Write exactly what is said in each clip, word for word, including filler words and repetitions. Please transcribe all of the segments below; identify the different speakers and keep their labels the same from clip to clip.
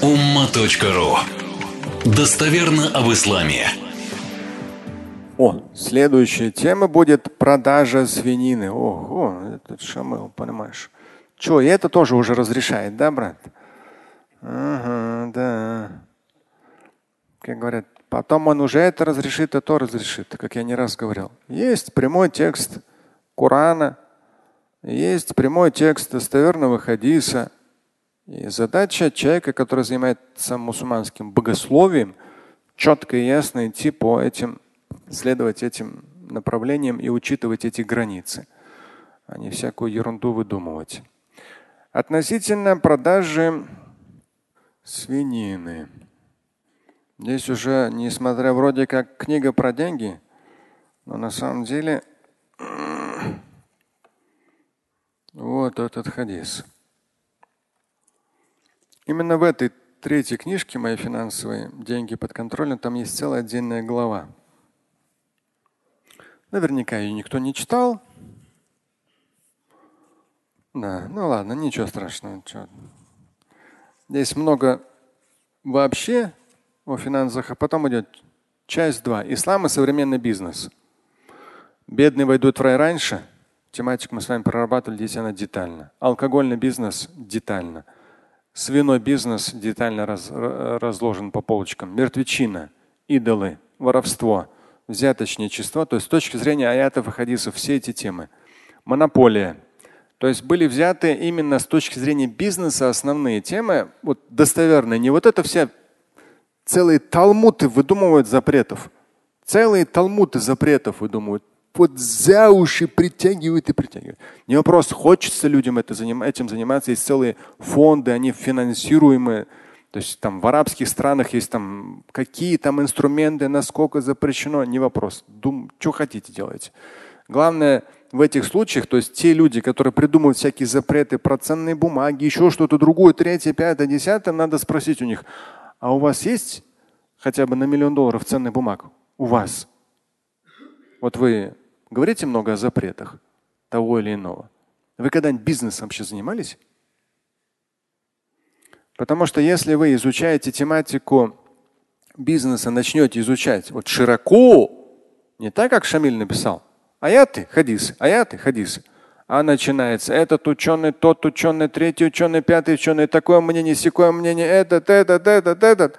Speaker 1: Умма.ру. Достоверно об исламе.
Speaker 2: О, следующая тема будет продажа свинины. Ого, этот шамыл, понимаешь. Че, и это тоже уже разрешает, да, брат? Ага, да. Как говорят, потом он уже это разрешит, и то разрешит, как я не раз говорил. Есть прямой текст Корана, есть прямой текст достоверного хадиса. И задача человека, который занимается мусульманским богословием, четко и ясно идти по этим, следовать этим направлениям и учитывать эти границы, а не всякую ерунду выдумывать. Относительно продажи свинины. Здесь уже, несмотря вроде как книга про деньги, но на самом деле вот этот хадис. Именно в этой третьей книжке моей финансовой «Деньги под контролем» там есть целая отдельная глава. Наверняка ее никто не читал. Да, ну ладно, ничего страшного. Ничего. Здесь много вообще о финансах, а потом идет часть два. Ислам и современный бизнес. Бедные войдут в рай раньше. Тематику мы с вами прорабатывали, здесь она детально. Алкогольный бизнес детально. Свиной бизнес детально раз, разложен по полочкам. Мертвечина, идолы, воровство, взяточничество. То есть с точки зрения аятов и хадисов все эти темы. Монополия. То есть были взяты именно с точки зрения бизнеса основные темы, вот достоверные. Не вот это все целые талмуды выдумывают запретов. Целые талмуды запретов выдумывают. Вот за уши притягивают и притягивают. Не вопрос, хочется людям это заним, этим заниматься. Есть целые фонды, они финансируемые. То есть там в арабских странах есть там какие там инструменты, насколько запрещено, не вопрос. Дум, что хотите делайте. Главное в этих случаях, то есть те люди, которые придумывают всякие запреты про ценные бумаги, еще что-то другое, третье, пятое, десятое, надо спросить у них, а у вас есть хотя бы на миллион долларов ценных бумаг? У вас. Вот вы говорите много о запретах того или иного. Вы когда-нибудь бизнесом вообще занимались? Потому что если вы изучаете тематику бизнеса, начнете изучать вот широко, не так, как Шамиль написал, аяты, хадисы, аяты, хадисы, а начинается этот ученый, тот ученый, третий ученый, пятый ученый, такое мнение, сякое мнение, этот, этот, этот, этот.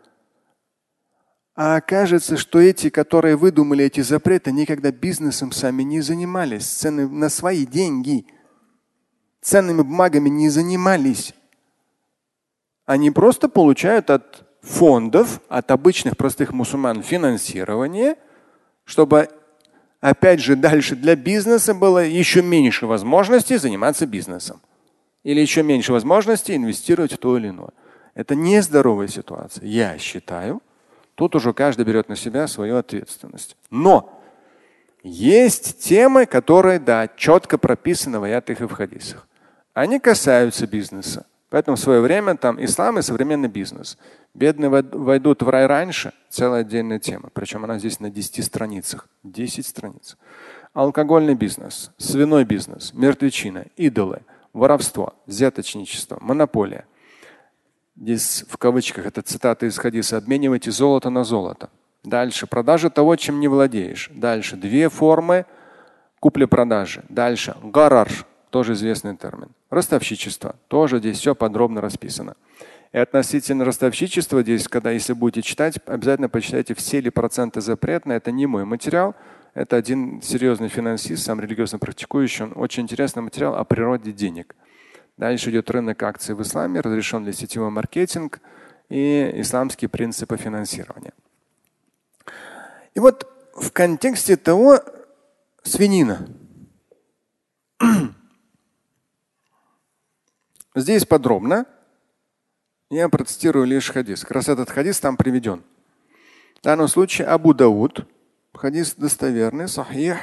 Speaker 2: А окажется, что эти, которые выдумали эти запреты, никогда бизнесом сами не занимались, цены на свои деньги, ценными бумагами не занимались. Они просто получают от фондов, от обычных простых мусульман финансирование, чтобы, опять же, дальше для бизнеса было еще меньше возможностей заниматься бизнесом. Или еще меньше возможностей инвестировать в то или иное. Это нездоровая ситуация, я считаю. Тут уже каждый берет на себя свою ответственность. Но есть темы, которые, да, четко прописаны в аятах и в хадисах. Они касаются бизнеса. Поэтому в свое время там ислам и современный бизнес. Бедные войдут в рай раньше. Целая отдельная тема. Причем она здесь на десяти страницах. десять страниц. Алкогольный бизнес, свиной бизнес, мертвечина, идолы, воровство, взяточничество, монополия. Здесь в кавычках это цитата из хадиса. Обменивайте золото на золото. Дальше продажа того, чем не владеешь. Дальше две формы купли-продажи. Дальше гарар, тоже известный термин. Ростовщичество. Тоже здесь все подробно расписано. И относительно ростовщичества здесь, когда если будете читать, обязательно почитайте все ли проценты запретные. Это не мой материал. Это один серьезный финансист, сам религиозно практикующий. Он очень интересный материал о природе денег. Дальше идет рынок акций в исламе, разрешен ли сетевой маркетинг и исламские принципы финансирования. И вот в контексте того свинина. Здесь подробно я процитирую лишь хадис. Как раз этот хадис там приведен. В данном случае Абу Дауд, хадис достоверный, сахих.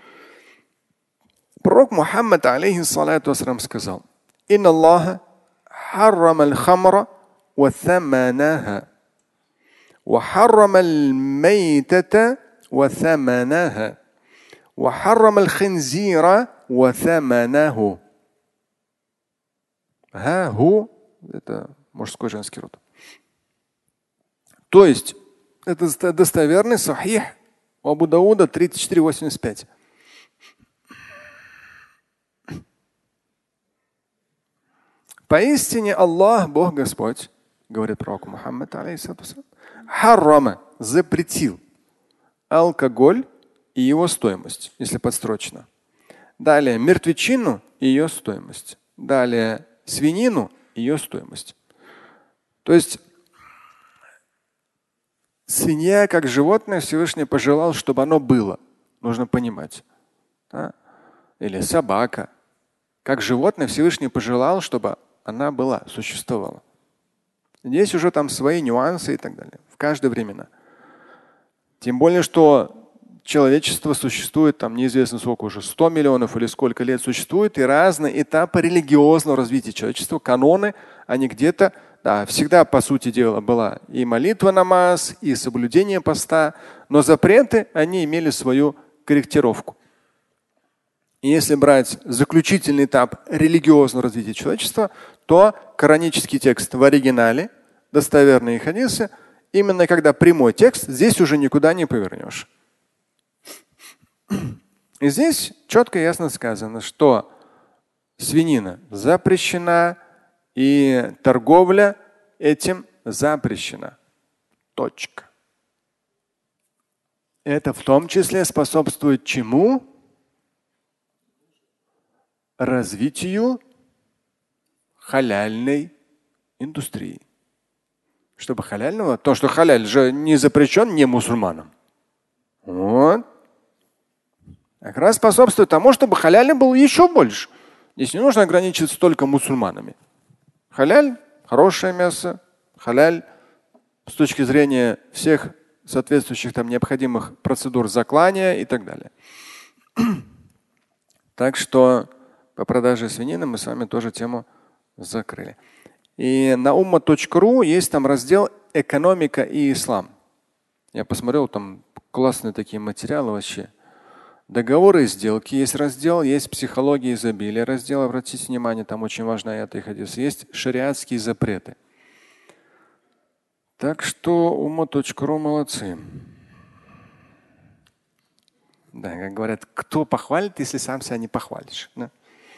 Speaker 2: Пророк Мухаммад, алейхиссалату вассалям, сказал: Инна Аллаха харрам аль-хамра ва тhamanaha ва харрам аль-майтата ва thamanaha ва харрам аль-хинзира ва thamanahu. Ха-ху — это мужской женский род. То есть это достоверный сахих у Абу Дауда тридцать четыре восемьдесят пять. Поистине Аллах, Бог Господь, говорит пророк Мухаммад, алейхиссалату, харрама, запретил алкоголь и его стоимость, если подстрочно. Далее мертвечину и ее стоимость. Далее свинину и ее стоимость. То есть свинья как животное Всевышний пожелал, чтобы оно было. Нужно понимать. Да? Или собака. Как животное Всевышний пожелал, чтобы она была, существовала. Здесь уже там свои нюансы и так далее. В каждое время. Тем более, что человечество существует, там неизвестно сколько уже, сто миллионов или сколько лет существует, и разные этапы религиозного развития человечества, каноны, они где-то, да, всегда, по сути дела, была и молитва, намаз, и соблюдение поста, но запреты, они имели свою корректировку. И если брать заключительный этап религиозного развития человечества, то коранический текст в оригинале, достоверные хадисы, именно когда прямой текст, здесь уже никуда не повернешь. И здесь четко и ясно сказано, что свинина запрещена и торговля этим запрещена. Точка. Это в том числе способствует чему? Развитию халяльной индустрии. Чтобы халяльного, то, что халяль же не запрещен не мусульманам. Вот. Как раз способствует тому, чтобы халяль был еще больше. Здесь не нужно ограничиваться только мусульманами. Халяль – хорошее мясо. Халяль с точки зрения всех соответствующих там необходимых процедур заклания и так далее. Так что по продаже свинины мы с вами тоже тему закрыли. И на умма точка ру есть там раздел «Экономика и ислам». Я посмотрел, там классные такие материалы вообще. Договоры и сделки есть раздел, есть психология изобилия раздел. Обратите внимание, там очень важная эта хадис. Есть шариатские запреты. Так что умма точка ру молодцы. Да, как говорят, кто похвалит, если сам себя не похвалишь. Да?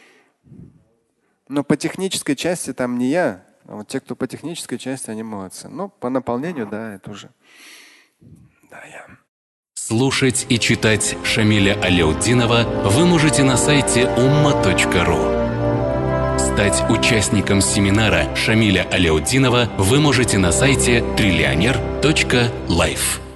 Speaker 2: Но по технической части там не я, а вот те, кто по технической части, они молодцы. Но по наполнению, да, это уже. Да, я.
Speaker 1: Слушать и читать Шамиля Аляутдинова вы можете на сайте умма точка ру. Стать участником семинара Шамиля Аляутдинова вы можете на сайте триллионер точка лайф.